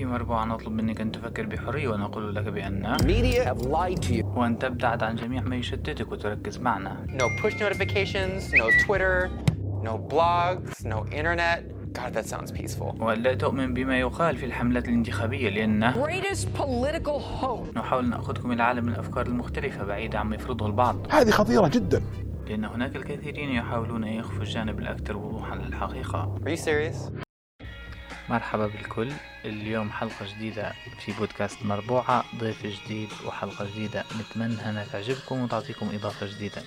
في مربوعة نطلب منك أن تفكر بحرية ونقول لك بأن Media have lied to you. وأن تبتعد عن جميع ما يشتتك وتركز معنا. No push notifications, no Twitter, no blogs, no internet. God, that sounds peaceful. ولا تؤمن بما يقال في الحملات الانتخابية لأن greatest political hope. نحاول نأخذكم إلى عالم الأفكار المختلفة بعيدة عما يفرضه البعض. هذه خطيرة جدا. لأن هناك الكثيرين يحاولون أن يخفوا الجانب الأكثر وضوحا للحقيقة. Are you serious? مرحبا بالكل. اليوم حلقة جديدة في بودكاست مربوعة، ضيف جديد وحلقة جديدة، نتمنى أنها تعجبكم وتعطيكم إضافة جديدة.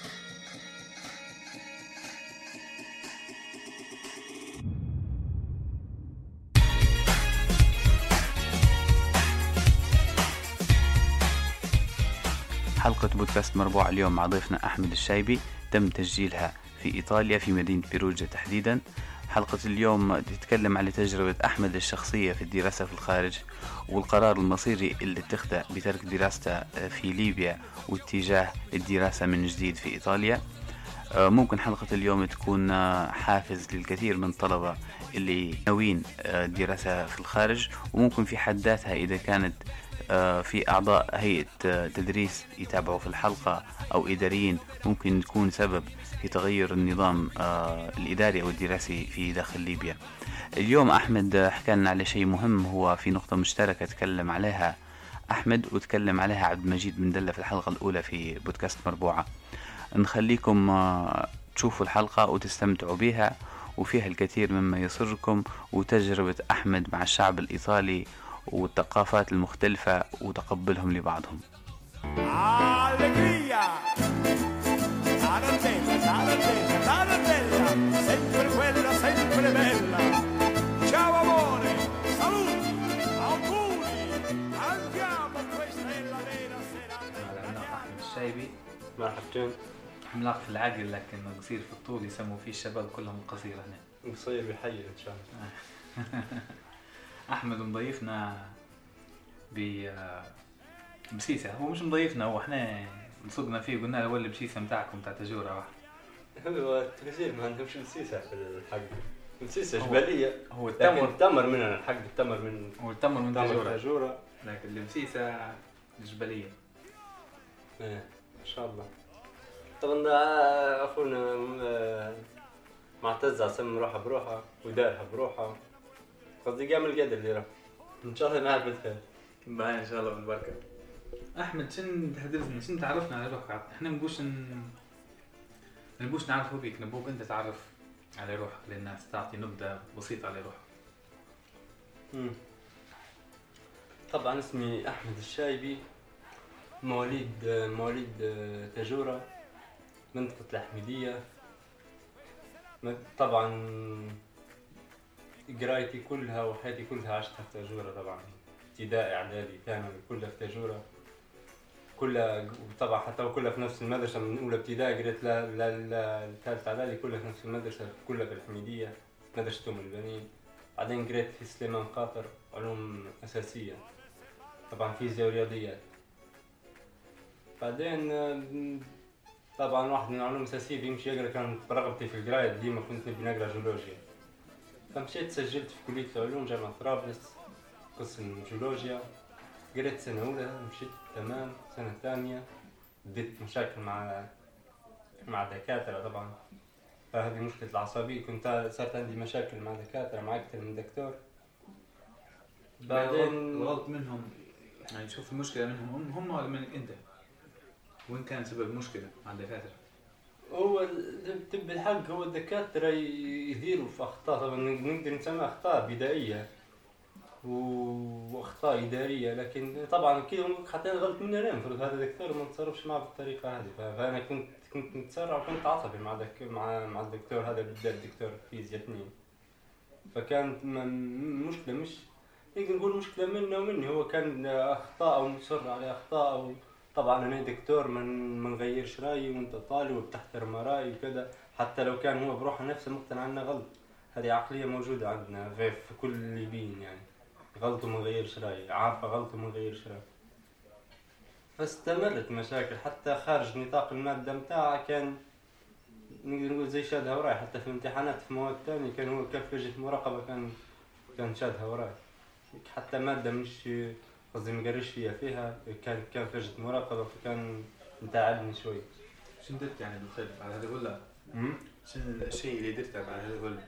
حلقة بودكاست مربوعة اليوم مع ضيفنا أحمد الشايبي، تم تسجيلها في إيطاليا في مدينة بيروجا تحديدا. حلقة اليوم تتكلم على تجربة أحمد الشخصية في الدراسة في الخارج والقرار المصيري اللي اتخذه بترك دراسته في ليبيا واتجاه الدراسة من جديد في إيطاليا. ممكن حلقة اليوم تكون حافز للكثير من الطلبة اللي ناويين دراسة في الخارج، وممكن في حد ذاتها إذا كانت في أعضاء هيئة تدريس يتابعوا في الحلقة أو إداريين ممكن تكون سبب في تغير النظام الإداري أو الدراسي في داخل ليبيا. اليوم أحمد حكى لنا على شيء مهم، هو في نقطة مشتركة تكلم عليها أحمد وتكلم عليها عبد المجيد بن دلة في الحلقة الأولى في بودكاست مربوعة. نخليكم تشوفوا الحلقة وتستمتعوا بها، وفيها الكثير مما يسركم وتجربة أحمد مع الشعب الإيطالي والثقافات المختلفة وتقبلهم لبعضهم. أحمد الشايبي مرحبتين. عملاق في العقل لكن قصير في الطول، يسموا فيه الشباب كلهم قصير هنا. قصير بحي إن شاء الله. أحمد مضيفنا بسيسة، هو مش مضيفنا، هو احنا لصقنا فيه وقلنا له ولا بسيسة متاعكم تاع تجورة واحد. هو التلفزيون ما عندهمش بسيسة في الحق، بسيسة جبلية. هو التمر مننا الحق، التمر من هو التمر من تجورة، لكن البسيسة الجبلية. إيه إن شاء الله. طبعا أخونا معتز عصم روحها بروحها ودارها بروحها، قصدي قام القدر اللي راح إن شاء الله نعرف بالخير. باين إن شاء الله بالبركة. أحمد شن تحدثنا، شن تعرفنا على روحك؟ إحنا نبوش نعرفه بيك، نبوك أنت تعرف على روحك للناس، تعطي نبذة بسيطة على روحك. طبعا اسمي أحمد الشايبي، مواليد تجورة، منطقة الحميدية. طبعا قرايتي كلها وحياتي كلها عشتها في تجورة، طبعا ابتدائي اعدادي ثانوي كلها في تجورة، كلها طبعا حتى كلها في نفس المدرسة، من اولى ابتدائي قريت لثالث اعدادي كلها في نفس المدرسة، كلها في الحميدية مدرسة ام البنين. بعدين قريت في سليمان قاطر علوم اساسية، طبعا فيزياء ورياضيات. بعدين طبعا واحد من العلوم الاساسية بيمشي يقرا، كانت برغبتي في القراية ديما كنت نبي نقرا جيولوجيا، فمشيت سجلت في كلية العلوم جامعة طرابلس قسم جيولوجيا. قريت سنة أولى مشيت تمام، سنة ثانية بديت مشاكل مع دكاترة طبعا، فهذه مشكلة العصبية، صارت عندي مشاكل مع دكاترة، مع أكثر من دكتور. بعدين غلط منهم، يعني شوف المشكلة منهم هم ولا منك أنت؟ وين كان سبب المشكلة مع الدكاترة؟ هو بالحق هو الدكاترة يديروا في أخطاء، طبعا نقدر نسميها أخطاء بدائية واخطاء اداريه، لكن طبعا كده حتى غلط مني انا، المفروض هذا الدكتور ما نتصرفش معه بالطريقه هذه. فانا كنت متسرع وكنت عصبي مع الدكتور هذا، بالذات دكتور فيزياء 2. فكانت مشكله، مش نقدر نقول مشكله منه ومني، هو كان اخطاء او مصر على اخطاء. طبعا انا دكتور ما نغيرش رايي، وانت طالب وبتحترم رايي وكذا، حتى لو كان هو بروحه نفسه مقتنع انه غلط. هذه عقليه موجوده عندنا في كل الليبيين، يعني غلطوا من غير شراي، عارفة غلطوا من غير شراي. فاستمرت مشاكل حتى خارج نطاق المادة متاعها، كان نقدر نقول زي شادها وراي، حتى في الامتحانات في مواد تانية كان هو كيف لجنة مراقبة كان شادها وراي. حتى مادة مش قصدي مقرش فيها كان فجأة مراقبة فكان متعبني شوي. شنو درت يعني بالفعل بعد هذا كله؟ شنو الشيء اللي درته بعد هذا كله؟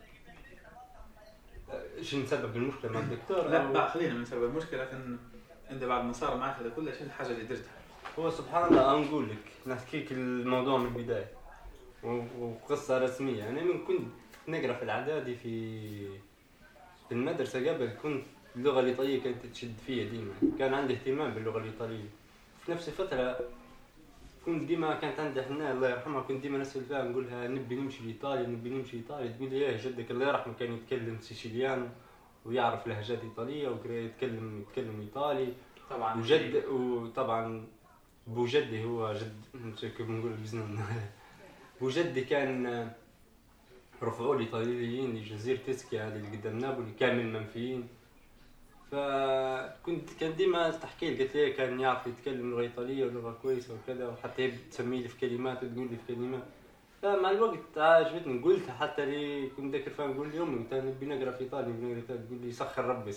شنو سبب المشكلة مع الدكتور؟ لا خلينا من سبب المشكلة، لكن انت بعد ما صار معك هذا كله شنو الحاجة اللي درتها؟ هو سبحان الله نقول لك نحكيك الموضوع من البداية وقصة رسمية. يعني من كنت نقرأ في الإعدادي في المدرسة قبل كنت اللغة الإيطالية كانت تشد فيها ديما، كان عندي اهتمام باللغة الإيطالية. في نفس الفترة كنت ديما كانت عندي حنان الله يرحمها، كنت ديما نسأل فيها نقولها نبي نمشي لإيطاليا، تقول لي إيه جدك الله يرحمه كان يتكلم سيشيليانو ويعرف لهجات إيطالية ويتكلم إيطالي طبعا. وطبعا بوجدي هو جد كيف نقول بزنان بوجدي كان رفعوا الإيطاليين لجزيرة إسكيا اللي قدام نابولي كامل منفيين. كان ديما تحكي لي قلت لي كان يعرف يتكلم لغة إيطالية ولغة كويسة وكذا، وحتى هي تسمي لي في كلمات وتقول لي في كلمات. فمع الوقت عجبتني قلتها، حتى لي كنت ذاكر فيها نقول لي أمي نبي نقرأ في إيطاليا تقول لي سخر ربي.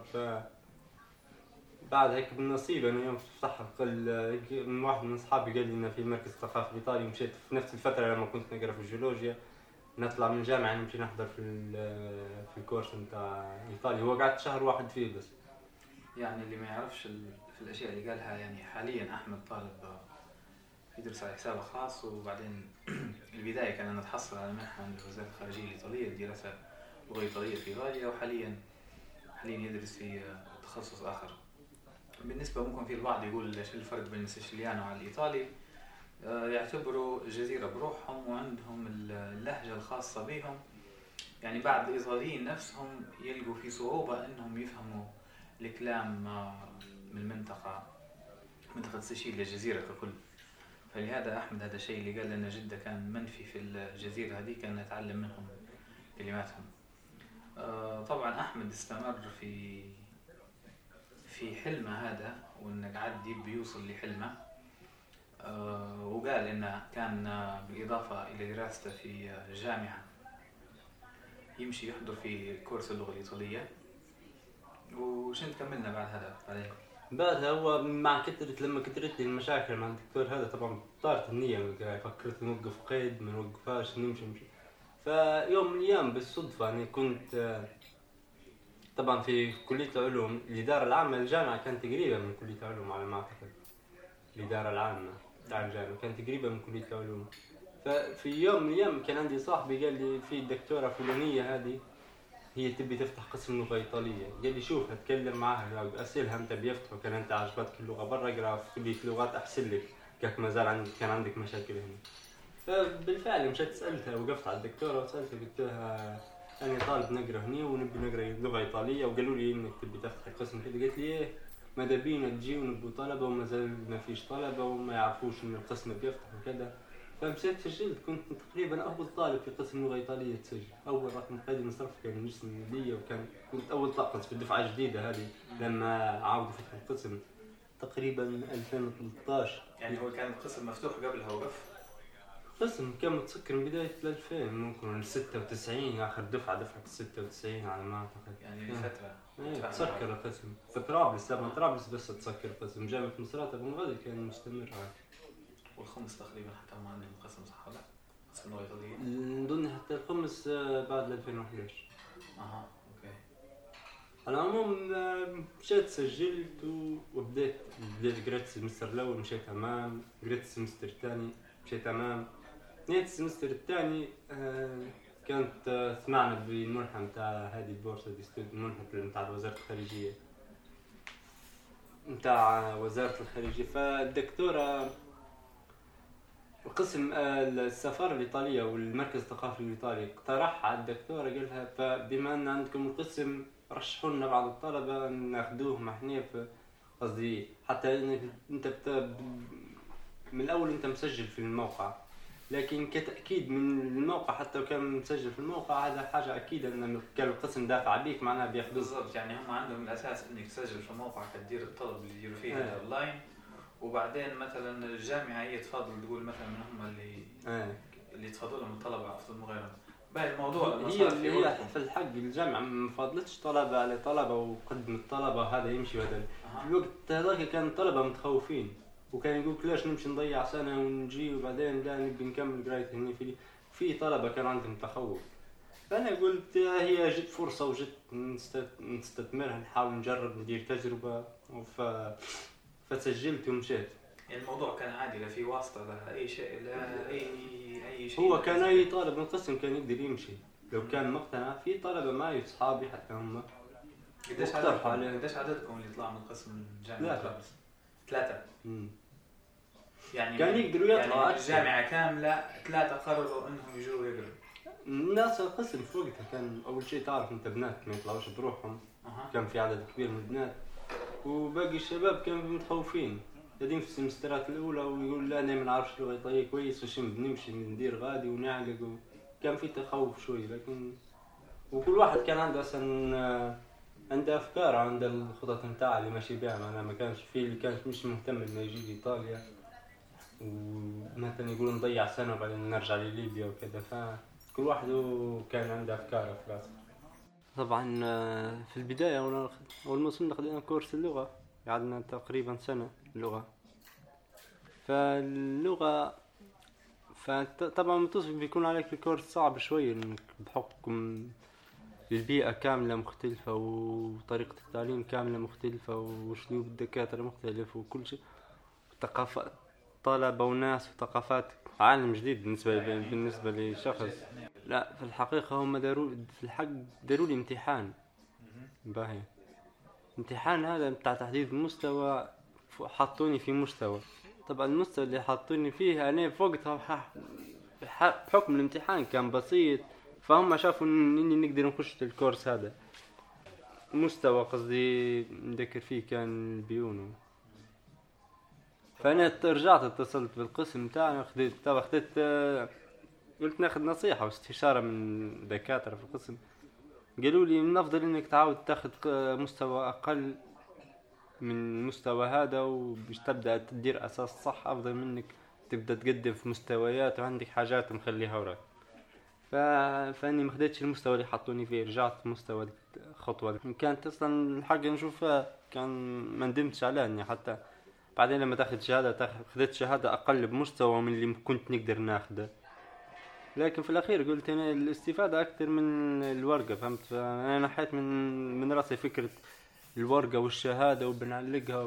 بعد هيك بالنصيب أنا يوم فتح من واحد من أصحابي قال لي إن في مركز ثقافي الإيطالي، مشيت في نفس الفترة لما كنت نقرأ في الجيولوجيا نطلع من الجامعة نمشي نحضر في الكورس نتاع إيطاليا. هو قعدت شهر واحد فيه بس. يعني اللي ما يعرفش في الأشياء اللي قالها، يعني حاليا أحمد طالب يدرس على حسابه خاص، وبعدين البداية كان نتحصل على منحة من وزارة الخارجية الإيطالية لدراسة لغة إيطالية في إيطاليا، وحاليا يدرس في تخصص آخر. بالنسبة ممكن في البعض يقول شو الفرق بين السيشليانو على الإيطالي، يعتبروا جزيرة بروحهم وعندهم اللهجة الخاصة بهم. يعني بعض الإيطاليين نفسهم يلقوا في صعوبة أنهم يفهموا الكلام من منطقة سيشيل الجزيرة ككل. فلهذا أحمد هذا الشيء اللي قال لنا جدة كان منفي في الجزيرة هذه، كان نتعلم منهم كلماتهم. طبعا أحمد استمر في حلمه هذا، وإنه قاعد بيوصل لحلمه. وقال إنه كان بالإضافة إلى دراسته في جامعة يمشي يحضر في كورس اللغة الإيطالية. وشنو كملنا بعد هذا بعدها هو مع لما كترت لي المشاكل مع الدكتور هذا طبعا طارت النية، فكرت نوقف قيد ما نوقفاش نمشي. فيوم من الأيام بالصدفة أنا كنت طبعا في كلية العلوم، الإدارة العامة للجامعة كانت قريبة من كلية العلوم على ما أعتقد. الإدارة العامة تاع الجامعة كانت قريبة من كلية العلوم. ففي يوم من الأيام كان عندي صاحبي قال لي في الدكتورة فلانية هذه هي تبي تفتح قسم لغة إيطالية، قال لي شوف هتكلم معها أسئلها أنت بيفتحوا، كان أنت عجبتك اللغة برا اقرأ في كلية لغات أحسن لك، كاك ما زال كان عندك مشاكل هنا. فبالفعل مشيت سألتها، وقفت على الدكتورة وسألتها قلت لها أنا طالب نقرأ هنا ونبي نقرأ لغة إيطالية، وقالوا لي إنك تبي تفتح قسم كده. قلت لي إيه ماذا بينا تجي ونبوا طلبة وما زال ما فيش طلبة وما يعرفوش إن القسم بيفتح وكذا. فمشيت سجلت، كنت تقريبا أول طالب في قسم لغة إيطالية تسجل، أول رقم قيد مصرف كان جسم لي، كنت أول طاقم في الدفعة الجديدة هذه لما عاودوا فتحوا القسم تقريبا 2013. يعني هو كان القسم مفتوح قبلها وقف؟ قسم كان متسكر من بداية 2000 ممكن 96 آخر دفعة 96 على ما أعتقد. يعني فترة تسكر القسم في طرابلس، لما طرابلس بس تسكر القسم. جامعة مصراتة بن غازي كان مستمر عادي. والخمس تقريبا حتى ما عندهم قسم صح ولا؟ قسم لغة إيطالية؟ نظن حتى الخمس بعد 2011. أوكي. على العموم مشيت سجلت وبديت قريت السمستر الأول مشيت أمام، قريت السمستر الثاني مشيت أمام. نهاية السمستر الثاني كانت سمعنا بالمنحة متاع هذه البورصة دي المنحة متاع وزارة الخارجية متاع وزارة الخارجية. فالدكتورة قسم السفارة الإيطالية والمركز الثقافي الإيطالي اقترح على الدكتورة قالها فبما أن عندكم القسم رشحوا لنا بعض الطلبة ناخذوه محنية في قصدي حتى أنت من الأول أنت مسجل في الموقع، لكن كتأكيد من الموقع حتى لو كان مسجل في الموقع هذا حاجة أكيدة أن كان القسم دافع بيك معناها بياخذوه. بالضبط، يعني هم عندهم الأساس إنك تسجل في الموقع كتدير الطلب اللي يديروا فيه هذا أونلاين، وبعدين مثلا الجامعة هي تفضل تقول مثلا من هم اللي تفضلوا لهم الطلبة أفضل من غيرهم. باقي الموضوع لما هي صار اللي في هي وقتهم. في الحق الجامعة ما فضلتش طلبة على طلبة وقدم الطلبة هذا يمشي وهذا. في الوقت هذاك كان الطلبة متخوفين وكان يقول ليش نمشي نضيع سنة ونجي وبعدين لا نبي نكمل قراية هني في طلبة كان عندهم تخوف. فأنا قلت هي جت فرصة وجت نستثمرها نحاول نجرب ندير تجربة فسجلت ومشيت. يعني الموضوع كان عادي، لا في واسطة لا أي شيء، لا أي شيء. هو كان أي طالب من القسم كان يقدر يمشي لو كان مقتنع. في طلبة معي أصحابي حتى هم قديش عددكم اللي طلع من قسم جامعة طرابلس؟ 3. يعني كان يقدروا يطلعوا يعني الجامعة كاملة 3 قرروا إنهم يجوا يقروا. الناس القسم في وقتها كان أول شيء تعرف أنت بنات ما يطلعوش بروحهم. كان في عدد كبير من البنات وباقي الشباب كانوا متخوفين قاعدين في السمسترات الأولى ويقول لا أنا ما نعرفش لغة إيطالية كويس وش بنمشي ندير غادي ونعلق كان في تخوف شوي. لكن وكل واحد كان عنده أصلا عنده أفكار عنده الخطط متاعه اللي ماشي بها. أنا ما كانش في اللي كان مش مهتم إنه يجي لإيطاليا ومثلا يقول نضيع سنة وبعدين نرجع لليبيا وكذا. فكل واحد كان عنده أفكاره في راسه. طبعا في البداية أول ما وصلنا خدينا كورس اللغة قعدنا تقريبا سنة لغة. فاللغة طبعا متصف بيكون عليك الكورس صعب شوي إنك بحكم البيئة كاملة مختلفة وطريقة التعليم كاملة مختلفة وأسلوب الدكاترة مختلف وكل شيء وثقافات طلبة وناس وثقافات عالم جديد بالنسبة لشخص. لا في الحقيقة هم داروا لي امتحان باهي. امتحان هذا بتاع تحديد المستوى حطوني في مستوى. طبعا المستوى اللي حطوني فيه أنا فوقتها بحكم الامتحان كان بسيط فهم شافوا إني نقدر نخش الكورس هذا. مستوى قصدي نذكر فيه كان البيونو. فأنا رجعت اتصلت بالقسم تاعنا خديت قلت ناخذ نصيحة واستشارة من دكاترة في القسم. قالوا لي من أفضل إنك تعاود تاخذ مستوى أقل من المستوى هذا وباش تبدأ تدير أساس صح أفضل منك تبدأ تقدم في مستويات وعندك حاجات مخليها وراك. فاني ما خديتش المستوى اللي حطوني فيه رجعت مستوى خطوه كانت اصلا الحاجه نشوفها كان ما ندمتش عليها اني حتى بعدين لما تاخذ شهاده خديت شهاده اقل بمستوى من اللي كنت نقدر ناخذه. لكن في الاخير قلت انا الاستفاده اكثر من الورقه فهمت. انا نحيت من راسي فكره الورقه والشهاده وبنعلقها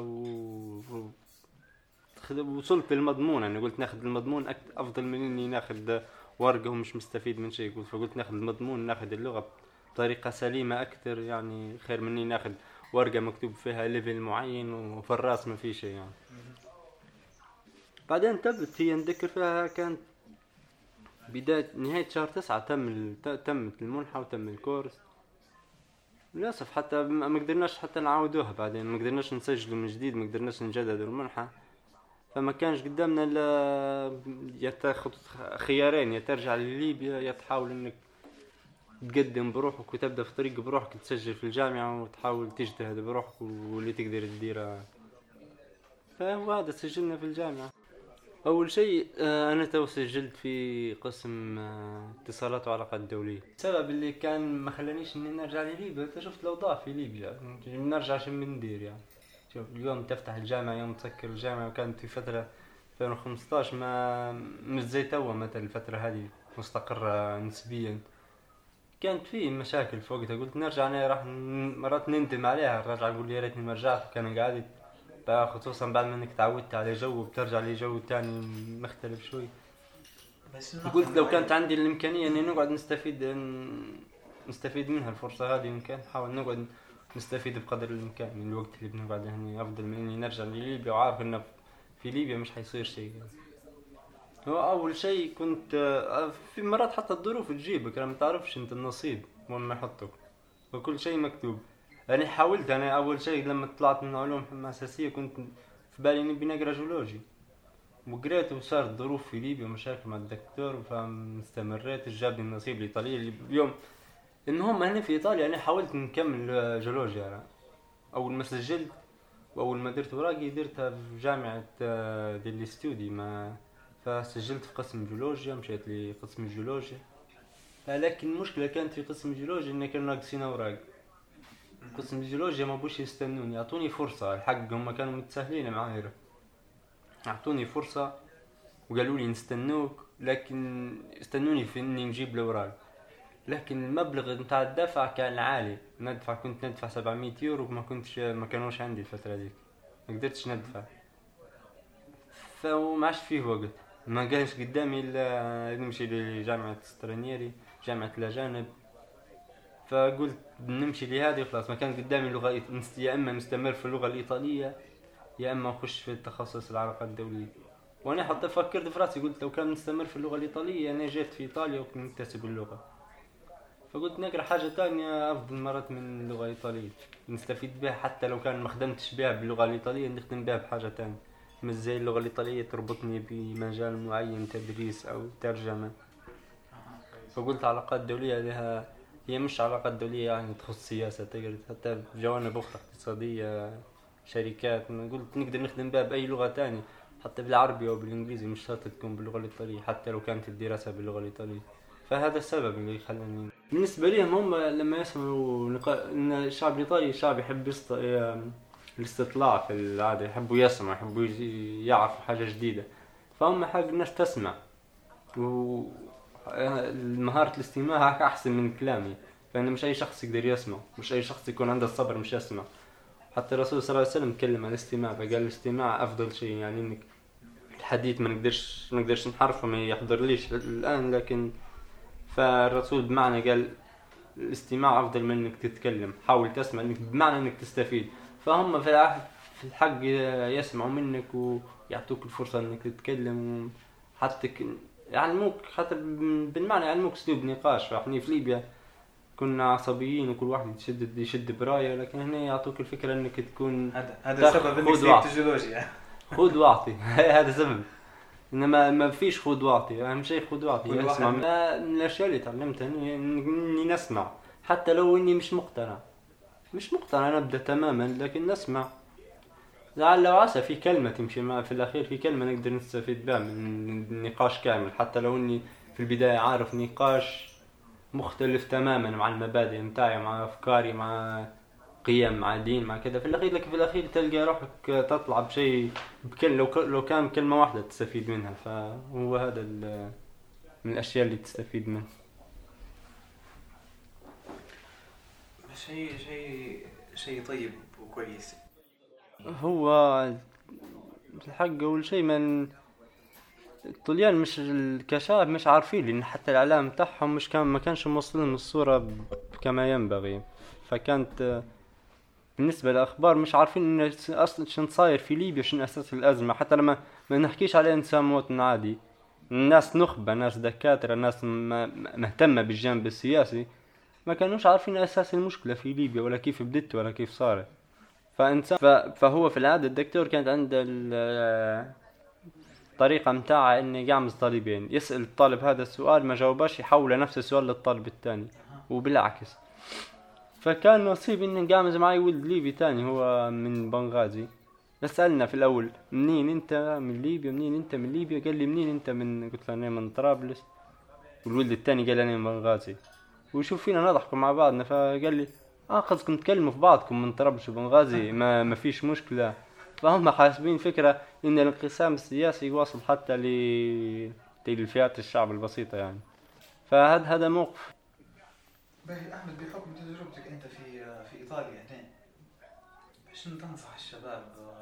وصلت للمضمون. انا قلت ناخذ المضمون افضل من اني ناخذ ورقه ومش مستفيد من شيء. فقلت ناخذ المضمون ناخذ اللغه بطريقه سليمه اكثر يعني خير مني ناخذ ورقه مكتوب فيها ليفل معين وفي الراس ما في شيء يعني. بعدين تبت هي نذكر فيها كانت بدايه نهايه شهر 9 تمت المنحه وتم الكورس. للاسف حتى ما قدرناش حتى نعاودوها بعدين ما قدرناش نسجلوا من جديد ما قدرناش نجدد المنحه. فما كانش قدامنا الا يتاخد خيارين يا ترجع لليبيا يا تحاول انك تقدم بروحك وتبدا في طريق بروحك تسجل في الجامعه وتحاول تجتهد بروحك واللي تقدر تديره. فهو هذا سجلنا في الجامعه. اول شيء انا تو سجلت في قسم اتصالات وعلاقات دوليه. السبب اللي كان ما خلانيش اني نرجع لليبيا شفت الاوضاع في ليبيا نرجع شو بندير يعني. اليوم تفتح الجامعة يوم تسكر الجامعة وكانت في فترة 2015 مش زي توا مثل الفترة هذه مستقرة نسبيا. كانت فيه مشاكل فوقتها قلت نرجع أنا راح مرات نندم عليها رجع أقول يا ريتني ما رجعت كان قاعد خصوصا بعد ما إنك تعودت على جو بترجع لجو تاني مختلف شوي. قلت لو كانت عندي الإمكانية إني نقعد نستفيد منها الفرصة هذه يمكن نحاول نقعد نستفيد بقدر الإمكان من الوقت اللي بنقعد هنا أفضل من إني نرجع لليبيا وعارف إنه في ليبيا مش حيصير شيء. هو أول شيء كنت في مرات حتى الظروف تجيبك أنا ما تعرفش أنت النصيب وين ما يحطك وكل شيء مكتوب. يعني حاولت أنا أول شيء لما طلعت من علوم أساسية كنت في بالي إني بنقرأ جيولوجي وقريت وصارت ظروف في ليبيا مشاكل مع الدكتور فاستمريت جابني النصيب الإيطالي اللي اليوم إنهم هنا في إيطاليا أنا حاولت نكمل جيولوجيا أنا. أول ما سجلت وأول ما درت وراقي درتها في جامعة ديلي ستودي فسجلت في قسم جيولوجيا مشيت لقسم الجيولوجيا لكن المشكلة كانت في قسم الجيولوجيا إن كانوا ناقصين أوراق. قسم الجيولوجيا ما بوش يستنوني، يعطوني فرصة. الحق هم كانوا متساهلين معايا، أعطوني فرصة وقالوا لي نستنوك، لكن استنوني في إني نجيب الأوراق. لكن المبلغ نتاع الدفع كان عالي، كنت ندفع 700 يورو، ما كانوش عندي الفترة دي، ما قدرتش ندفع. فما عادش فيه وقت، ما كانش قدامي إلا نمشي لجامعة سترانييري، جامعة الأجانب. فقلت نمشي لهذه خلاص، ما كان قدامي لغة، يا إما نستمر في اللغة الإيطالية يا إما نخش في التخصص العلاقات الدولية. وأنا حتى فكرت في راسي، قلت لو كان نستمر في اللغة الإيطالية أنا جيت في إيطاليا وكنت مكتسب اللغة، فقلت نقرأ حاجة تانية أفضل مرات من اللغة الإيطالية نستفيد بها، حتى لو كان ما خدمتش بها باللغة الإيطالية نخدم بها بحاجة تانية، مش زي اللغة الإيطالية تربطني بمجال معين، تدريس أو ترجمة. فقلت علاقات دولية لها، هي مش علاقات دولية يعني تخص سياسة، تقدر حتى جوانب أخرى اقتصادية، شركات، قلت نقدر نخدم بها بأي لغة تانية، حتى بالعربي أو بالإنجليزي، مش شرط تكون باللغة الإيطالية حتى لو كانت الدراسة باللغة الإيطالية. فهذا السبب اللي خلاني. بالنسبة لهم هم لما يسمعوا إن الشعب الإيطالي شعب يحب الاستطلاع في العادة، يحبوا يسمع، يحبوا يعرفوا حاجة جديدة، فهم حق الناس تسمع، ومهارة الاستماع أحسن من كلامي، فإن مش أي شخص يقدر يسمع، مش أي شخص يكون عنده الصبر مش يسمع. حتى الرسول صلى الله عليه وسلم تكلم عن الاستماع، فقال الاستماع أفضل شيء، يعني إنك الحديث ما نقدرش نحرفه، ما يحضر ليش الآن، لكن فالرسول بمعنى قال الاستماع أفضل من إنك تتكلم، حاول تسمع إنك بمعنى إنك تستفيد. فهم في الحق يسمعوا منك ويعطوك الفرصة إنك تتكلم، حتى يعلموك، حتى بالمعنى يعلموك أسلوب نقاش. فإحنا في ليبيا كنا عصبيين وكل واحد يشد براية، لكن هنا يعطوك الفكرة إنك تكون هذا سبب إنك سيبت الجيولوجيا. خذ واعطي هذا سبب، إنما ما فيش خذ واعطي، أهم شيء خذ واعطي. أسمع من الأشياء اللي تعلمتها إني نسمع، حتى لو إني مش مقتنع نبدأ تماما، لكن نسمع. لعل وعسى في كلمة تمشي معي في الأخير، في كلمة نقدر نستفيد بها من النقاش كامل، حتى لو إني في البداية عارف نقاش مختلف تماما مع المبادئ متاعي، مع أفكاري، مع قيم، مع دين، مع كذا. في الأخير لكن في الأخير تلقى روحك تطلع بشيء لو كان كلمة واحدة تستفيد منها. فهو هذا من الأشياء اللي تستفيد منها. شيء طيب وكويس. هو الحق أول شيء من الطليان مش الكشاف مش عارفين، لأن حتى الإعلام تاعهم ما كانش موصلين الصورة كما ينبغي. فكانت بالنسبة للأخبار مش عارفين إن أصلاً شن صاير في ليبيا، شن أساس الأزمة. حتى لما ما نحكيش على إنسان مواطن عادي، الناس نخبة، ناس دكاترة، ناس مهتمة بالجانب السياسي، ما كانوش عارفين أساس المشكلة في ليبيا ولا كيف بدت ولا كيف صارت. فهو في العادة الدكتور كانت عنده الطريقة متاعه إنه يقامز طالبين، يسأل الطالب هذا السؤال ما جاوباش يحول نفس السؤال للطالب الثاني وبالعكس. فكان نصيب إنه قامز معي ولد ليبي تاني، هو من بنغازي. سألنا في الأول منين أنت؟ من ليبيا. منين أنت؟ من ليبيا. قال لي منين أنت؟ قلت له أنا من طرابلس. والولد الثاني قال أنا من بنغازي. وشوف فينا نضحكوا مع بعضنا، فقال لي قصدكم تكلموا في بعضكم من طرابلس وبنغازي، ما فيش مشكلة. فهم حاسبين فكرة إن الانقسام السياسي يواصل حتى للفئات الشعب البسيطة يعني. فهذا موقف. باهي أحمد، بحكم تجربتك أنت في إيطاليا هنا، شنو تنصح الشباب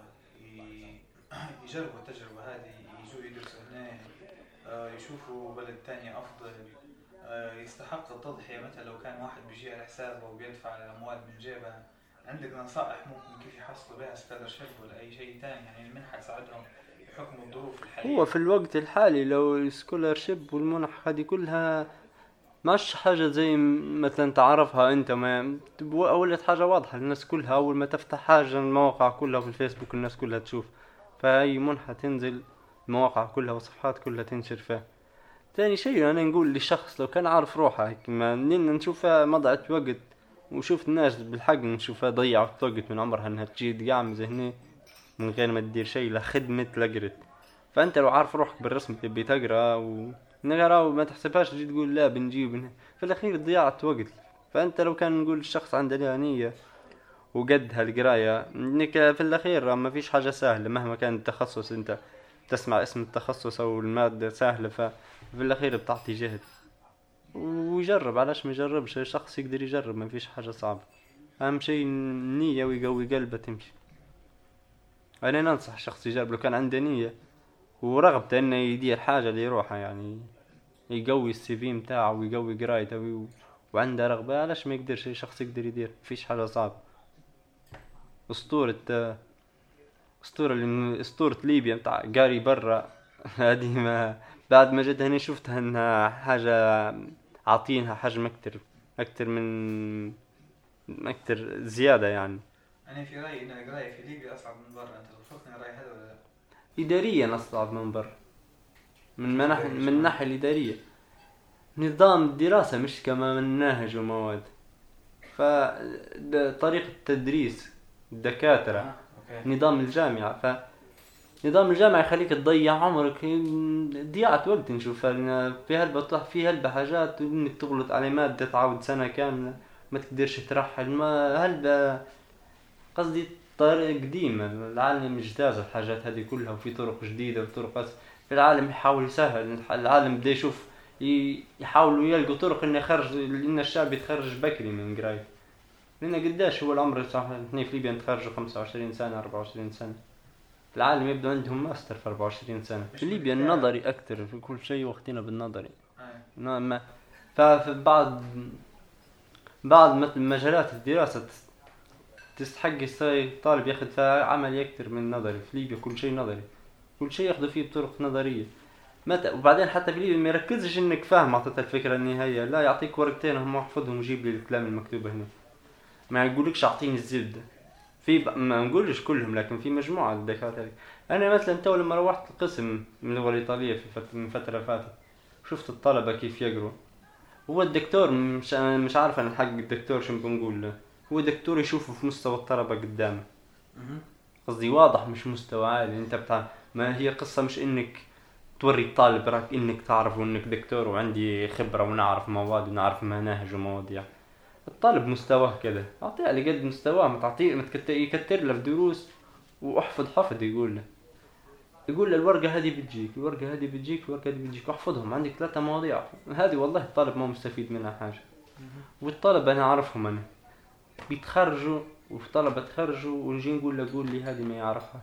يجربوا التجربة هذه، يجوا يدرسوا هنا، يشوفوا بلد تاني أفضل، يستحق التضحية؟ مثلا لو كان واحد بيجي على حسابه وبيدفع الأموال من جيبه، عندك نصائح ممكن كيف يحصلوا بها سكولرشيب ولا أي شيء تاني، يعني المنحة تساعدهم بحكم الظروف الحالية؟ هو في الوقت الحالي لو سكولرشيب والمنح هذه كلها مش حاجة زي مثلا تعرفها أنت، ما أولت حاجة واضحة الناس كلها، أول ما تفتح حاجة المواقع كلها في الفيسبوك الناس كلها تشوف، فأي منحة تنزل المواقع كلها والصفحات كلها تنشر فيها. ثاني شيء أنا نقول للشخص لو كان عارف روحه، ما نشوفها مضيعة وقت، وشوفت الناس بالحق نشوفها ضيعت وقت من عمرها انها تجي تقعمز هنا من غير ما تدير شيء، لا خدمة لا قرت. فانت لو عارف روحك بالرسم تبي تقرأ نقرأ ما تحسبهاش تجي تقول لا بنجيب في الأخير ضياعة وقت. فأنت لو كان نقول الشخص عنده نية وقد هالقراية إنك في الأخير ما فيش حاجة سهلة مهما كان التخصص، أنت تسمع اسم التخصص أو المادة سهلة ففي الأخير بتعطي جهد ويجرب. علاش ما يجربش؟ شخص يقدر يجرب، ما فيش حاجة صعبة. أهم شيء النية ويقوي قلبه تمشي. أنا ننصح الشخص يجرب لو كان عنده نية ورغبته إنه يدير حاجة اللي يروحها، يعني يقوي السي في متاعه ويقوي قرايته وعنده رغبة. علاش ما يقدرش؟ شخص يقدر يدير، مفيش حاجة صعبة. أسطورة ليبيا متاع قاري برا هذه ما بعد ما جد هني شفتها انها حاجة عاطينها حجم اكتر من اكتر زيادة. يعني انا في رايي ان القرايه في ليبيا اصعب من برا. انت توافقني الراي هذا ولا لا؟ اداريا اصعب من برا، من الناحية الادارية. نظام الدراسة مش كما مناهج ومواد، فطريقة التدريس، الدكاترة، نظام الجامعة. نظام الجامعة يخليك تضيع عمرك، ضياعة وقت. نشوف في هلبة حاجات انك تغلط على مادة تعاود سنة كاملة ما تقدرش ترحل. ما هلبة قصدي طريق قديمة، العالم اجتاز الحاجات هذه كلها وفي طرق جديدة وطرق في العالم يحاول يسهل. العالم بدا يشوف يحاولوا يلقوا طرق ان الشعب يتخرج بكري من قراية. لأن قداش هو العمر صح؟ احنا في ليبيا نتخرجوا 25 سنة 24 سنة. العالم يبدو عندهم ماستر في 24 سنة. في ليبيا النظري أكتر في كل شيء، وقتنا بالنظري. نعم. ففي بعض مثل مجالات الدراسة تستحق طالب ياخذ فيها عملي أكتر من نظري. في ليبيا كل شيء نظري، كل شيء ياخذوا فيه بطرق نظرية. وبعدين حتى في ليبيا ما يركزش إنك فاهم عطت الفكرة النهائية، لا يعطيك ورقتين هم احفظهم وجيب لي الكلام المكتوب هنا. ما يقولكش أعطيني الزبدة. ما نقولش كلهم، لكن في مجموعة الدكاترة. أنا مثلا تو لما روحت القسم من اللغة الإيطالية من فترة فاتت شفت الطلبة كيف يقروا. هو الدكتور مش عارف أنا الحق الدكتور شو بنقول له. هو دكتور يشوفه في مستوى الطلبة قدامه، قصدي واضح مش مستوى عالي. أنت ما هي قصة مش إنك توري الطالب راك إنك تعرف وإنك دكتور وعندي خبرة ونعرف مواد ونعرف مناهج ومواضيع. الطالب مستواه كذا، أعطيه على قد مستواه، ما تعطيه يكتر له في دروس وأحفظ حفظ. يقول له الورقة هذه بتجيك، الورقة هذه بتجيك، الورقة هذه بتجيك، أحفظهم. عندك 3 مواضيع هذه، والله الطالب ما مستفيد منها حاجة. والطلبة أنا أعرفهم أنا بيتخرجوا، وطلبة تخرجوا ونجي نقول له قول لي هذه ما يعرفها.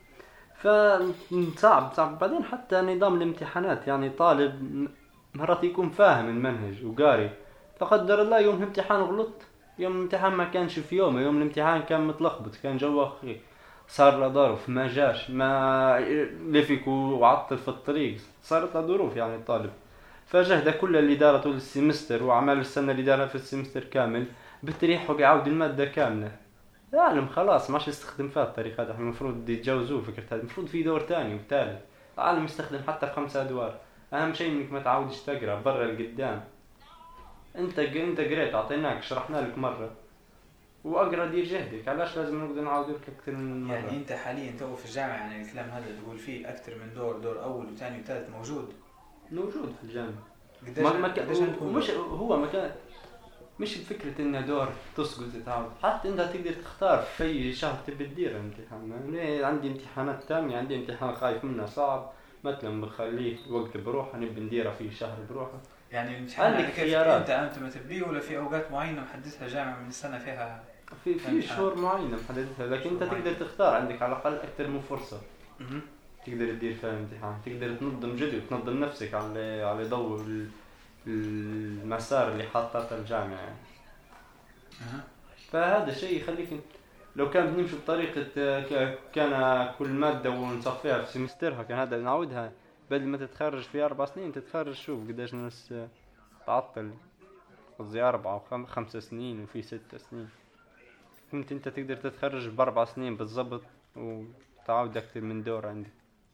فصعب. بعدين حتى نظام الامتحانات، يعني طالب مرات يكون فاهم المنهج وقاري، فقدر الله يوم الامتحان غلط، يوم الامتحان ما كانش في يوم الامتحان كان متلخبط، كان جوه صار له ظرف ما جاش، ما لفك وعطل في الطريق، صارت له ظروف يعني الطالب. فجهده كل اللي دارته السمستر وعمل السنة اللي دارها في السمستر كامل بتريحه بيعود المادة كاملة. العالم خلاص ماش يستخدم فيها الطريقة هذه. المفروض يتجاوزوه فكرة هذه. المفروض في دور تاني وثالث. العالم يستخدم حتى في 5 أدوار. أهم شيء إنك ما تعودش تقرأ برا القدام. انت قريت، اعطيناك، شرحنا لك مره، واقرا دير جهدك. علاش لازم نقدر نعاود لك اكثر من مره؟ يعني انت حاليا تو في الجامعه، يعني الكلام هذا تقول فيه اكثر من دور اول وثاني وثالث موجود في الجامعه. مش هو مكان، مش بفكره انه دور تسقط تعود. حتى انت تقدر تختار في اي شهر تبي تدير امتحان. عندي امتحانات ثانيه، عندي امتحان خايف منه صعب مثلا بخليه وقت بروحه نبي نديره في شهر بروحه. يعني الامتحان عندك خيارات انت ما تبيه، ولا في اوقات معينه محددها جامعه من السنه فيها في شهور معينه محددها، لكن انت تقدر تختار. عندك على الاقل اكثر من فرصه تقدر تدير فيها امتحان، تقدر تنظم جدول، تنظم نفسك على ضوء المسار اللي حاطته الجامعه يعني. فهذا الشيء يخليك لو كان بنمشي بطريقه كان كل ماده ونصفيها في سمسترها، كان هذا نعودها بدل ما تتخرج في 4 سنين تتخرج شوف قداش ناس تعطل، قصدي 4 و5 سنين وفي 6 سنين. كنت انت تقدر تتخرج ب4 سنين بالضبط وتعود اكثر من دور عندك.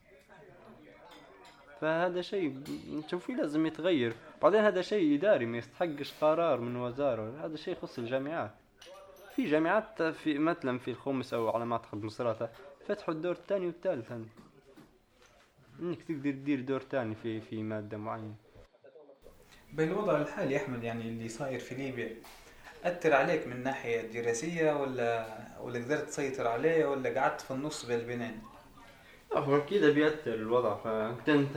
فهذا شيء نشوفه لازم يتغير. بعدين هذا شيء إداري ما يستحقش قرار من وزارة، هذا شيء يخص الجامعات. في جامعات في مثلا في الخمس أو على ما أعتقد مصراتها فتحوا الدور الثاني والثالث، انك تقدر تدير دور ثاني في مادة معينة. بالوضع الحالي أحمد يعني اللي صاير في ليبيا أثر عليك من ناحية دراسية ولا قدرت تسيطر عليه ولا قعدت في النص بالبنين؟ هو أكيد بيأثر الوضع، فكنت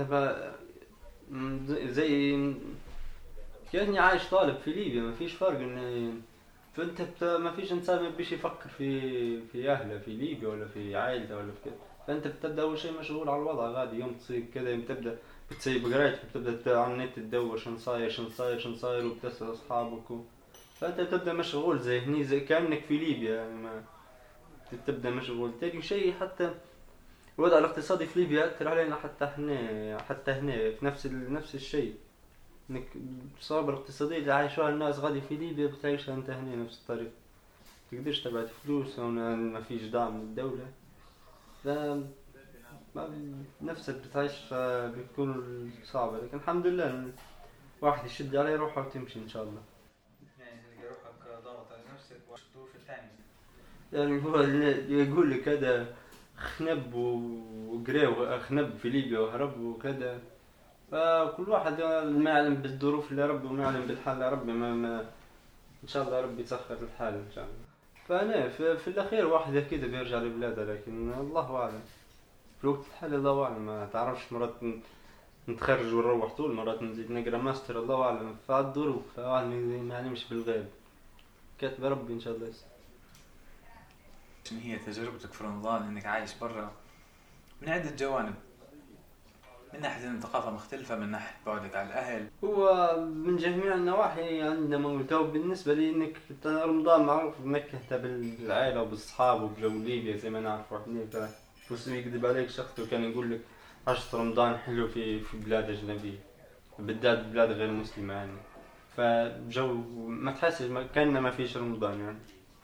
زي كأني عايش طالب في ليبيا، ما فيش فرق فأنت ما فيش إنسان ما بيش يفكر في أهله في ليبيا ولا في عائلته ولا في كده. فأنت بتبدأ أول شيء مشغول على الوضع غادي، يوم تصير كذا يوم تبدأ بتسيب قرايتك، بتبدأ على النت تدور شن صاير وبتسأل أصحابك فأنت بتبدأ مشغول زي هني زي كأنك في ليبيا يعني ما تبدأ مشغول. تاني شيء حتى الوضع الاقتصادي في ليبيا يأثر علينا حتى هنا في نفس الشيء، انك الصعوبة الاقتصادية اللي عايشوها الناس غادي في ليبيا بتعيشها انت هنا نفس الطريقة. تقدرش تبعت فلوس ما فيش دعم من الدولة، نفسك بتعيش بتكون صعبة، لكن الحمد لله واحد يشد عليه روحه وتمشي ان شاء الله. يعني تلقى روحك ضغط على نفسك وشدوه في الثاني. يعني هو اللي يقول لك هذا خنب وقرا خنب في ليبيا وهرب وكذا، فكل واحد ما يعلم بالظروف اللي ربي وما يعلم بالحال اللي ربي ما ان شاء الله ربي يسخر الحال ان شاء الله. فانا في الاخير واحد كذا بيرجع لبلاده، لكن الله اعلم في الوقت الحالي الله اعلم. ما تعرفش مرات نتخرج ونروح طول، مرات نزيد نقرا ماستر الله اعلم. فالظروف فواحد ما يعلمش بالغيب، كاتب ربي ان شاء الله يسر. شنو هي تجربتك في رمضان انك عايش برا من عدة جوانب، من ناحية ان الثقافة مختلفة، من ناحية بعدك على الاهل؟ هو من جميع النواحي عندنا موجود. بالنسبة لي انك رمضان معروف بمكة بالعائلة وبالصحاب وبجو ليبيا زي ما نعرف احنا، بس يكذب عليك شخص وكان يقول لك عشت رمضان حلو في بلاد اجنبية بالذات بلاد غير مسلمة يعني، فجو ما تحسش كأنه ما فيش رمضان يعني،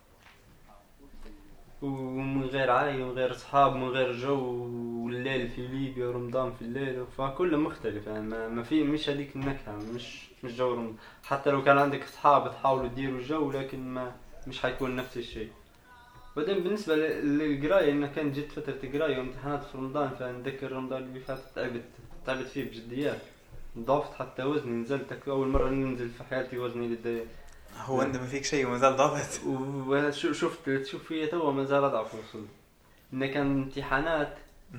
ومن غير عائلة ومن غير أصحاب ومن غير جو، والليل في ليبيا ورمضان في الليل، فكله مختلف يعني ما في مش هذيك النكهة، مش جو رمضان. حتى لو كان عندك أصحاب تحاولوا تديروا جو لكن ما مش حيكون نفس الشيء. بعدين بالنسبة للقراية إن كان جت فترة قراية وامتحانات في رمضان، فنذكر رمضان اللي فات تعبت فيه بجديات، ضعفت حتى وزني، نزلت أول مرة ننزل في حياتي وزني للدرجة. هو انت ما فيك شيء وما زال ضابط؟ وشفت فيه تو ما زال اضعف وصل انه كان امتحانات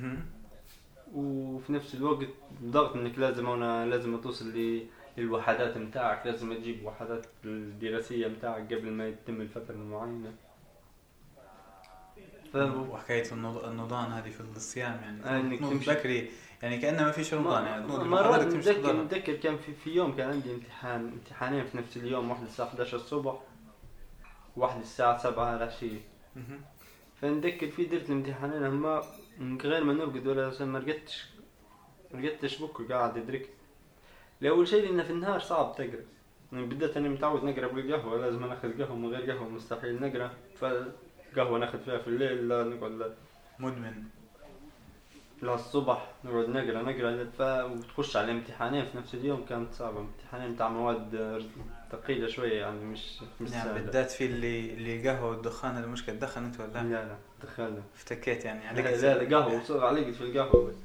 وفي نفس الوقت ضغط انك لازم توصل للوحدات متاعك، لازم تجيب وحدات الدراسيه متاعك قبل ما يتم الفتره المعينه. وحكايه النضان هذه في الصيام يعني انك تمشي بكري يعني كأنه ما فيش رمضان يعني مرات متذكر كان في يوم كان عندي امتحانين في نفس اليوم، واحد الساعة 11 الصبح وواحد الساعة 7 العشية. فنذكر في درت الامتحانين هما من غير ما نرقد ولا ما رقدتش بكر قاعد يدرك. لأول شيء لأن في النهار صعب تقرأ، يعني بدأت أنا متعود نقرأ بالقهوة، لازم ناخذ قهوة، من غير قهوة مستحيل نقرأ، فقهوة ناخذ فيها في الليل لا نقعد مدمن الصبح نقعد نقرا وتخش على الامتحانين في نفس اليوم. كانت صعبة، امتحانين بتاع مواد ثقيلة شوية يعني مش يعني بالذات في اللي قهوة والدخان. هذا مشكلة تدخن انت ولا لا دخلنا افتكيت يعني عليك؟ لا قهوة وصار عليك في القهوة بس،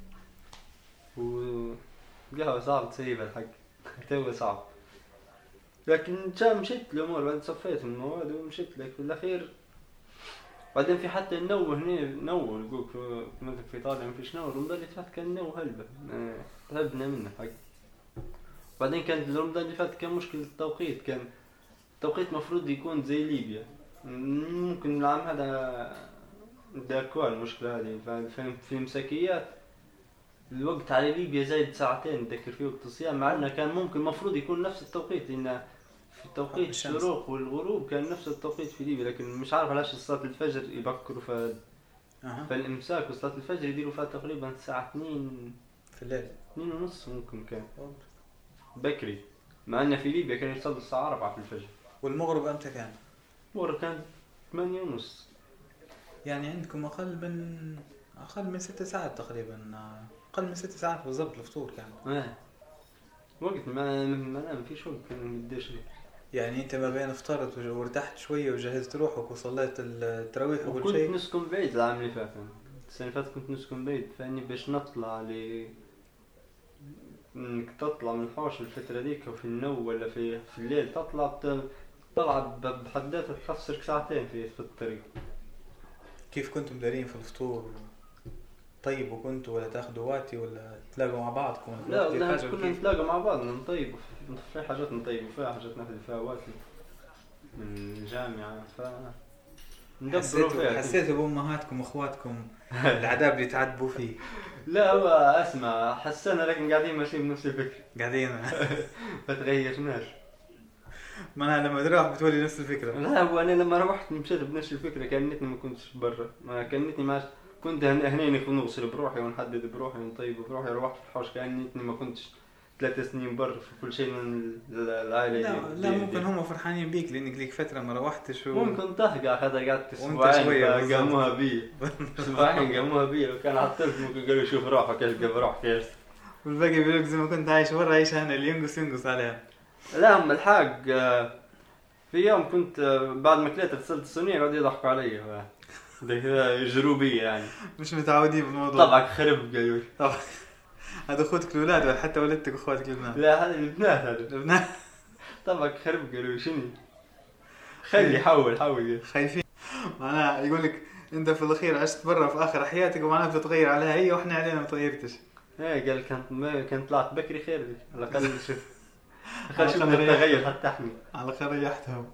وقهوة صعب تسيبها الحق تو صعب، لكن مشيت الأمور بعد صفيت من المواد ومشيت لك في الأخير. بعدين في حتى النو هنا يقولك مثل في إيطاليا ما فيش نو، رمضان اللي فات كان نو هلبة تعبنا منه حق. بعدين كان رمضان اللي فات كان مشكلة التوقيت، كان التوقيت مفروض يكون زي ليبيا، ممكن العام هذا داكوا المشكلة هذه. في مساكيات الوقت على ليبيا زايد ساعتين نذكر فيه وقت الصيام، مع انه كان ممكن مفروض يكون نفس التوقيت، لأن في توقيت الشروق والغروب كان نفس التوقيت في ليبيا، لكن مش عارف علاش صلاة الفجر يبكروا فالإمساك وصلاة الفجر يديروا فيها تقريبا الساعة 2 في الليل، 2:30 ممكن كان بكري، مع أن في ليبيا كان يصلي الساعة 4 في الفجر. والمغرب أمتى كان؟ المغرب كان 8:30. يعني عندكم أقل من 6 ساعات تقريبا، أقل من 6 ساعات بالضبط الفطور كان. وقت ما فيش وقت كان مديش لي. يعني انت ما بين افطرت وارتحت شويه وجهزت روحك وصليت التراويح وكل شيء؟ كنت نسكن بعيد العام اللي فات، السنه اللي فاتت كنت نسكن بعيد، فاني باش نطلع انك تطلع من الحوش الفترة ديك وفي النوم ولا في الليل طلع بحد ذاتها تخسرك ساعتين في الطريق. كيف كنتم دارين في الفطور؟ طيب وكنتوا ولا تاخذوا واتي ولا تلاقوا مع بعضكم؟ لا كنا نتلاقوا مع بعض نطيب في حاجات نطيب وفيها حاجات ناخذ فيها واتي من الجامعة حسيتوا بأمهاتكم واخواتكم العذاب اللي تعذبوا فيه؟ لا هو اسمع حسنا لكن قاعدين ماشيين بنفس الفكرة قاعدين ما تغيرناش. ما انا لما تروح بتولي نفس الفكرة. لا هو انا لما روحت مشيت بنفس الفكرة كانتني ما كنتش برا ما كانتني ما كنت هنا نغسل بروحي ونحدد بروحي ونطيب بروحي. روحت في الحوش كانتني ما كنتش 3 سنين برا في كل شيء من العائلة. لا ممكن هم فرحانين بيك لانك ليك فترة ما روحتش ممكن تهقع هذا قعدت اسبوعين قاموها بي اسبوعين قاموها بي وكان على التلفزيون ممكن قالوا شوف روحك ايش قبل روحك والباقي بيقولك زي ما كنت عايش برا عيش انا اللي ينقص عليها. لا هم الحاج في يوم كنت بعد ما كليت اغسلت الصينية قاعد يضحكوا علي جروبية يعني مش متعودين بالموضوع. طبعا خرب قالوا طبعا هذا اخوتك الاولاد ولا حتى ولدتك واخواتك البنات؟ لا هذا البنات طبعا خرب قالوا شنو خلي حول خايفين معناها يقولك انت في الاخير عشت برا في اخر حياتك ومعناها بتتغير عليها هي واحنا علينا ما تغيرتش. ايه قال كانت طلعت بكري خير لك على الاقل شوف التغير حتى احنا على الاقل ريحتهم.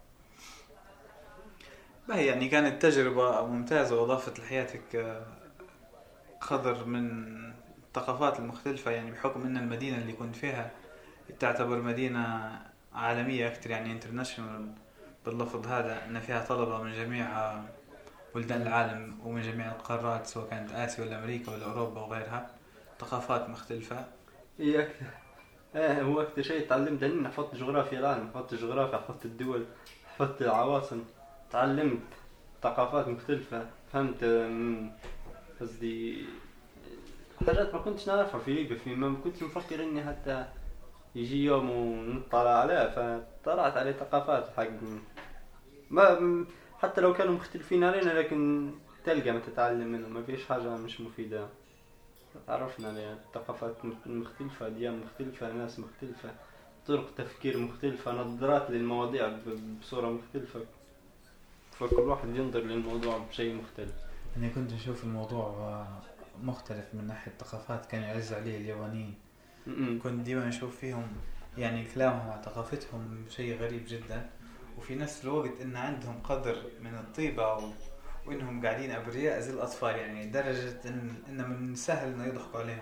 باهي يعني كانت تجربة ممتازة واضافت لحياتك قدر من الثقافات المختلفة يعني بحكم ان المدينة اللي كنت فيها تعتبر مدينة عالمية اكثر يعني انترناشونال باللفظ هذا ان فيها طلبة من جميع بلدان العالم ومن جميع القارات سواء كانت آسيا ولا أمريكا ولا أوروبا وغيرها ثقافات مختلفة. إيه أكثر هو أكثر شيء تعلمت أني حفظت جغرافيا العالم حفظت جغرافيا حفظت الدول حفظت العواصم تعلمت ثقافات مختلفة فهمت قصدي حاجات ما كنتش نعرفها في ليبيا في ما كنت مفكر إني حتى يجي يوم ونطلع عليها فطلعت عليه ثقافات حق ما حتى لو كانوا مختلفين علينا لكن تلقى ما تتعلم منهم ما فيش حاجة مش مفيدة. تعرفنا على ثقافات مختلفة أديان مختلفة ناس مختلفة طرق تفكير مختلفة نظرات للمواضيع بصورة مختلفة فكل واحد ينظر للموضوع بشيء مختلف. أنا كنت أشوف الموضوع مختلف من ناحية الثقافات كان يعز عليه اليابانيين كنت ديما أشوف فيهم يعني كلامهم عن ثقافتهم شيء غريب جدا وفي نفس الوقت إن عندهم قدر من الطيبة وإنهم قاعدين أبرياء زي الأطفال يعني درجة إن من سهل إنه يضحكوا عليهم.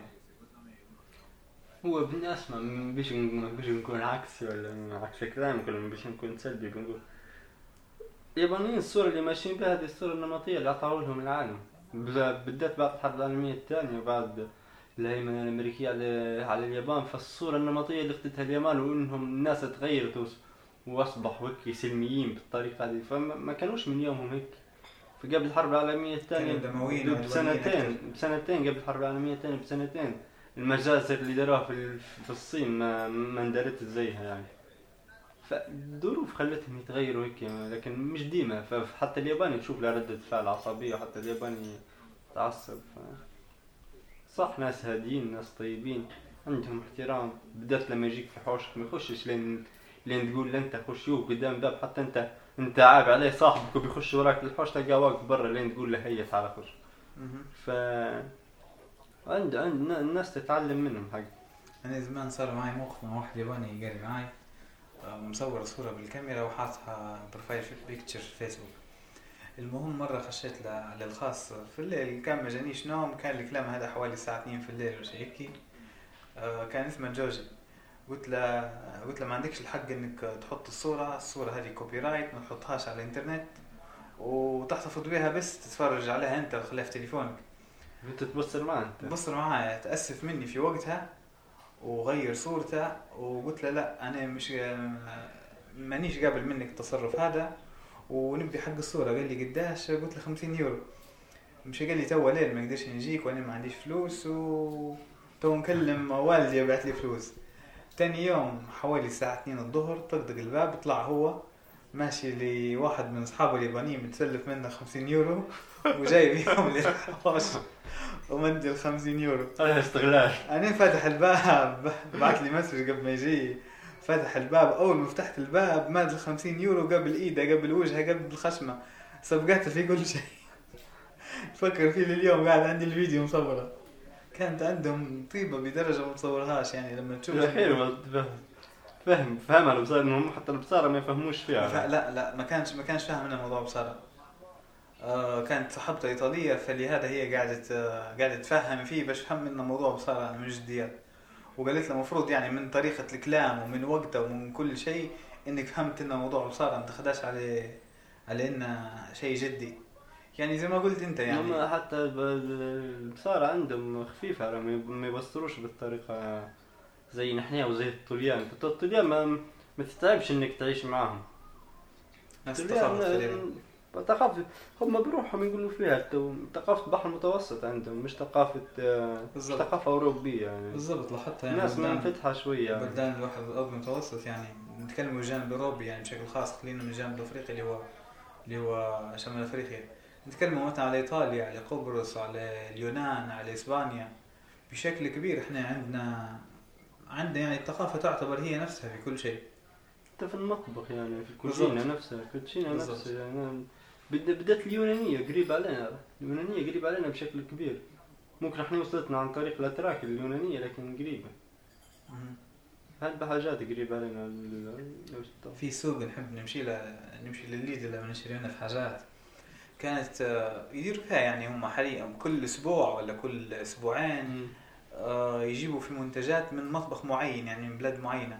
هو بالناس ما بيش نكون عكسي ولا عكس كلام كلهم بيش نكون سلبي بنقول اليابانيين الصورة اللي ماشيين بها هذه الصورة النمطية اللي أعطوا لهم العالم بالذات بعد الحرب العالمية الثانية وبعد الهيمنة الأمريكية على اليابان فالصورة النمطية اللي اختتها اليابان وإنهم الناس تغيرت وأصبحوا هيك سلميين بالطريقة هذه فما كانوش من يومهم هيك. فقبل الحرب العالمية الثانية بسنتين قبل الحرب العالمية الثانية بسنتين المجازر اللي داروها في الصين ما اندرت زيها يعني فالظروف خلتهم يتغيروا هيك لكن مش ديما فحتى الياباني تشوف له ردة فعل عصبية وحتى الياباني تعصب صح ناس هاديين ناس طيبين عندهم احترام بدأت لما يجيك في حوشك ما يخشش لين تقول انت خش يوب قدام باب حتى انت عاب عليه صاحبك وبيخش وراك الحوش تلقاه واقف برا لين تقول له هيا تعال خش. ف عند الناس تتعلم منهم حق. انا زمان صار معي موقف مع واحد ياباني قال معي مصور صورة بالكاميرا وحاطها بروفايل بيكتشر فيسبوك. المهم مرة خشيت للخاص في الليل كان ما جانيش نوم كان الكلام هذا حوالي الساعة 2 في الليل وشي هيك كان اسمه جوجي قلت له ما عندكش الحق انك تحط الصورة هذه كوبي رايت ما تحطهاش على الانترنت وتحتفظ بها بس تتفرج عليها انت وتخليها في تليفونك انت تبصر معايا تأسف مني في وقتها وغير صورته وقلت له لا انا مش مانيش قابل منك التصرف هذا ونبي حق الصورة. قال لي قداش؟ قلت له 50 يورو. مش قال لي تو ليل ما قدرش نجيك وانا ما عنديش فلوس وتو نكلم والدي وبعت لي فلوس. تاني يوم حوالي الساعة 2 الظهر طقطق الباب طلع هو ماشي لواحد من اصحابه اليابانيين متسلف منه 50 يورو وجاي بيهم للحوش ومدي 50 يورو. هذا استغلال. أنا فاتح الباب بعت لي مسج قبل ما يجي، فتح الباب أول ما فتحت الباب ماد 50 يورو قبل إيده قبل وجهه قبل الخشمة، صفقات في كل شيء. فكر فيه اليوم قاعد عندي الفيديو مصورة، كانت عندهم طيبة بدرجة ما تصورهاش يعني لما تشوف. الأخير فهم البصارة إنهم حتى البصارة ما يفهموش فيها. لا ما كانش فاهم منها موضوع بصارة. كانت صاحبتها إيطالية فلهذا هي قاعدة تفهم فيه باش فهم منه موضوع بصارة من جديات، وقالت له مفروض يعني من طريقة الكلام ومن وقته ومن كل شيء إنك فهمت إنه موضوع بصارة ما تاخداش على إنه شيء جدي يعني زي ما قلت أنت يعني. هم حتى البصارة عندهم خفيفة ما يبصروش بالطريقة زي نحن وزي الطليان. الطليان ما تتعبش إنك تعيش معهم. نفس ثقافة هم بروحهم يقولوا فيها ثقافة البحر المتوسط عندهم، مش ثقافة أوروبية يعني. بالضبط. لاحظتها يعني الناس منفتحة شوية يعني. بلدان البحر المتوسط يعني نتكلم الجانب الأوروبي يعني بشكل خاص، خلينا من الجانب الأفريقي اللي هو شمال أفريقيا. نتكلم مثلا على إيطاليا، على قبرص، على اليونان، على إسبانيا بشكل كبير. إحنا عندنا يعني الثقافة تعتبر هي نفسها في كل شيء. حتى في المطبخ يعني في الكوزينة نفسها يعني. بدأت اليونانية قريب علينا بشكل كبير. ممكن احنا وصلتنا عن طريق الأتراك اليونانية لكن قريبة. بحاجات قريبة علينا. في سوق نحب نمشي للليدل لما نشتري منه في حاجات كانت يديروا فيها يعني هم حاليا كل أسبوع ولا كل أسبوعين يجيبوا في منتجات من مطبخ معين يعني من بلاد معينة.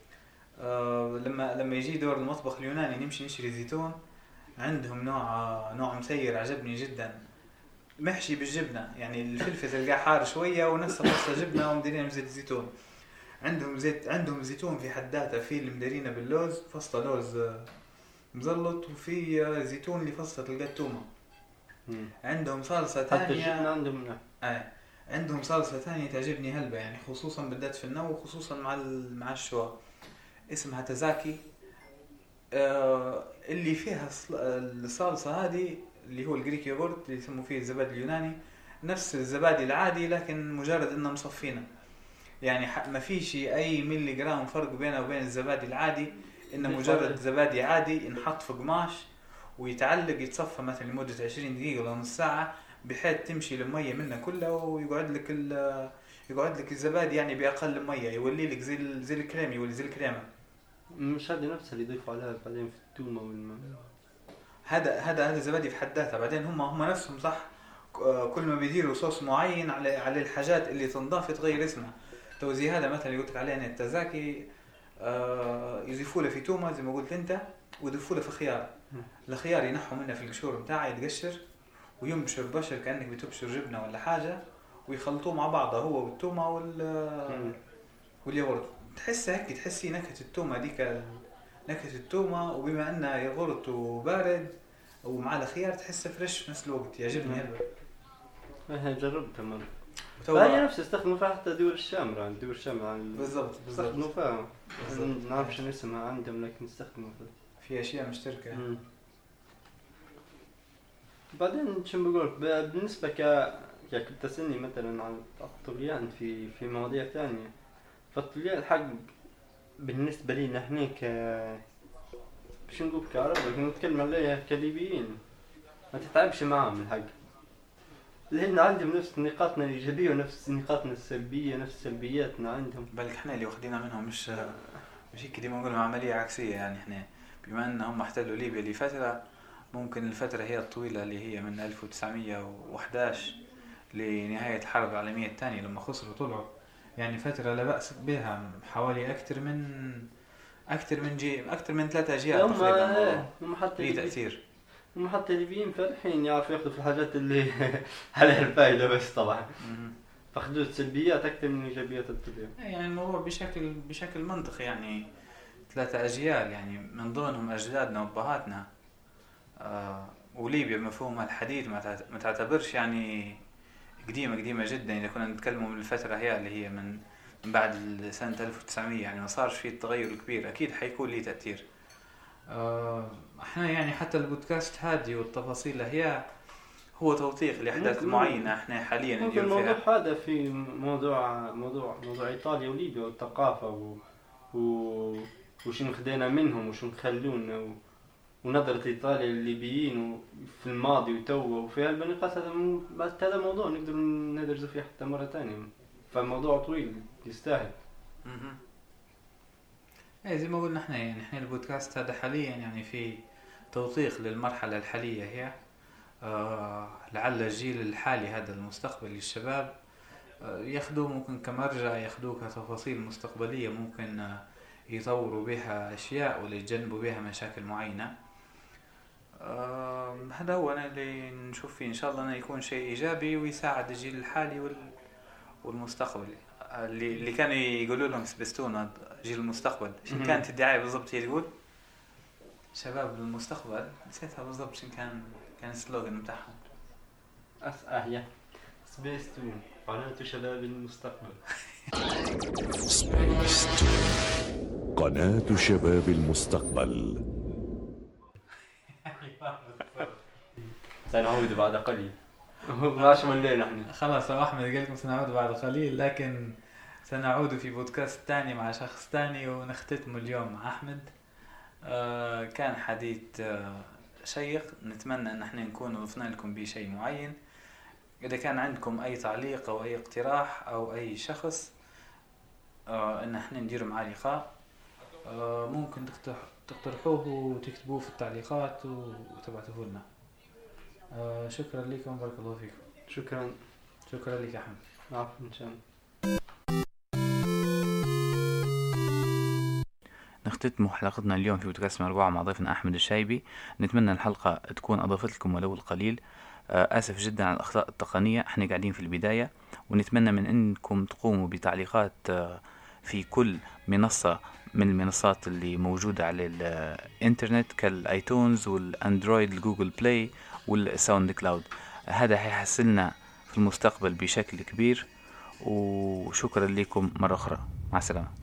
لما يجي دور المطبخ اليوناني نمشي نشتري زيتون، عندهم نوع مسير عجبني جدا محشي بالجبنة يعني الفلفل تلقاه حار شوية ونفس فصل جبنة ومديرين بزيت الزيتون. عندهم زيتون في حد ذاته، في اللي مديرينه باللوز فصل لوز مزلط، وفي زيتون اللي فصل تلقاه تومة. عندهم صلصة ثانية عندهم صلصة ثانية تعجبني هلبة يعني خصوصا بدأت في النو وخصوصا مع الشواء اسمها تازاكي. اللي فيها الصلصة هذه اللي هو الجريك يogurt اللي يسموه فيه الزبادي اليوناني، نفس الزبادي العادي لكن مجرد انه مصفينه يعني ما فيش اي ملي جرام فرق بينه وبين الزبادي العادي، انه مجرد زبادي عادي ينحط في قماش ويتعلق يتصفى مثلا لمدة 20 دقيقة ولا نص ساعة بحيث تمشي المية منه كلها ويقعد لك الزبادي يعني بأقل مية يولي لك زي الكريم يولي زي الكريمة. مش هذه نفسها اللي يضيفوا عليها بعدين في التومة والماء. هذا زبادي في حد ذاتها. بعدين هم نفسهم صح كل ما بيديروا صوص معين على الحاجات اللي تنضاف تغير اسمها. توزي هذا مثلا اللي قلت لك عليه التازاكي يضيفوا له في تومة زي ما قلت انت ويضيفوا له في خيار. الخيار ينحوا منه في القشور بتاعه يتقشر وينبشر بشر كأنك بتبشر جبنة ولا حاجة ويخلطوه مع بعضه هو والتومة واليogurt. تحسي نكهة التومة ديك نكهة التومة، وبما انه يogurt وبارد ومع الخيار تحسه فريش في نفس الوقت يعجبني هذا. جربتها مرة. هي نفس استخدموا فيها حتى دول الشام بالضبط استخدموا فيها نعرفش اسمها عندهم لكن استخدموا في اشياء مشتركة. بعدين شو بقول بالنسبة كنت تسألني مثلا عن الطليان في مواضيع ثانية. فالطليان الحق بالنسبة لي نحن شو نقول كعرب لكن نتكلم عليها كليبيين ما تتعبش معهم الحق لأن عندهم نفس نقاطنا الإيجابية ونفس نقاطنا السلبية نفس سلبياتنا عندهم. بل احنا اللي واخدينها منهم مش كده نقول عملية عكسية يعني احنا بما أنهم احتلوا ليبيا لفترة ممكن الفترة هي الطويلة اللي هي من 1911 لنهاية الحرب العالمية الثانية لما خسروا طلعوا يعني فترة لا بأس بها حوالي أكثر من 3 أجيال تقريبا. هم حتى ليه تأثير. هم حتى الليبيين فرحين يعرفوا ياخذوا في الحاجات اللي عليها الفائدة بس طبعا فاخذوا السلبيات أكثر من إيجابيات الطليان. يعني الموضوع بشكل منطقي يعني 3 أجيال يعني من ضمنهم أجدادنا وأبهاتنا. وليبيا بمفهومها الحديث ما تعتبرش يعني قديمة جدا إذا كنا نتكلموا من الفترة هي اللي هي من بعد سنة 1900 يعني ما صارش فيه التغير الكبير. أكيد حيكون ليه تأثير. احنا يعني حتى البودكاست هادي والتفاصيل هي هو توثيق لأحداث معينة احنا حاليا ممكن ندير الموضوع فيها. هذا في موضوع إيطاليا وليبيا والثقافة وش نخدينا منهم وش نخلونا ونظرة إيطاليا للليبيين في الماضي وتوا وفي هالبنقاط. هذا موضوع نقدر ندرسه فيه حتى مرة تانية، فالموضوع طويل يستاهل. زي ما قلنا احنا البودكاست هذا حاليا يعني في توثيق للمرحلة الحالية هي لعل الجيل الحالي هذا المستقبلي الشباب ياخدوه ممكن كمرجع، ياخدوه كتفاصيل مستقبلية ممكن يطوروا بها أشياء ولا يتجنبوا بها مشاكل معينة. هذا هو أنا اللي نشوف فيه إن شاء الله أنه يكون شيء إيجابي ويساعد الجيل الحالي والمستقبلي اللي كانوا يقولوا لهم سبستون جيل المستقبل. شو كانت الدعاية بالضبط؟ هي تقول شباب المستقبل، نسيتها بالضبط شو كان السلوغن بتاعهم. هي سبيستون قناة شباب المستقبل. قناة شباب المستقبل. سنعود بعد قليل. ماش ملينا احنا. خلاص أحمد قال لكم سنعود بعد قليل، لكن سنعود في بودكاست تاني مع شخص تاني ونختتم اليوم مع أحمد. كان حديث شيق، نتمنى أن احنا نكون وضفنا لكم بشيء معين. إذا كان عندكم أي تعليق أو أي اقتراح أو أي شخص أن احنا ندير معاه لقاء ممكن تقترحوه وتكتبوه في التعليقات وتبعتوه لنا. شكرا لكم، بارك الله فيكم. شكرا لك أحمد. عفوا إن شاء الله. نختتم حلقتنا اليوم في بودكاست مربوع مع ضيفنا أحمد الشايبي. نتمنى الحلقة تكون أضافت لكم ولو القليل. آسف جدا على الأخطاء التقنية، احنا قاعدين في البداية، ونتمنى من أنكم تقوموا بتعليقات في كل منصة من المنصات اللي موجودة على الانترنت كالايتونز والاندرويد الجوجل بلاي والساوند كلاود. هذا هيحسلنا في المستقبل بشكل كبير. وشكرا لكم مرة أخرى، مع السلامة.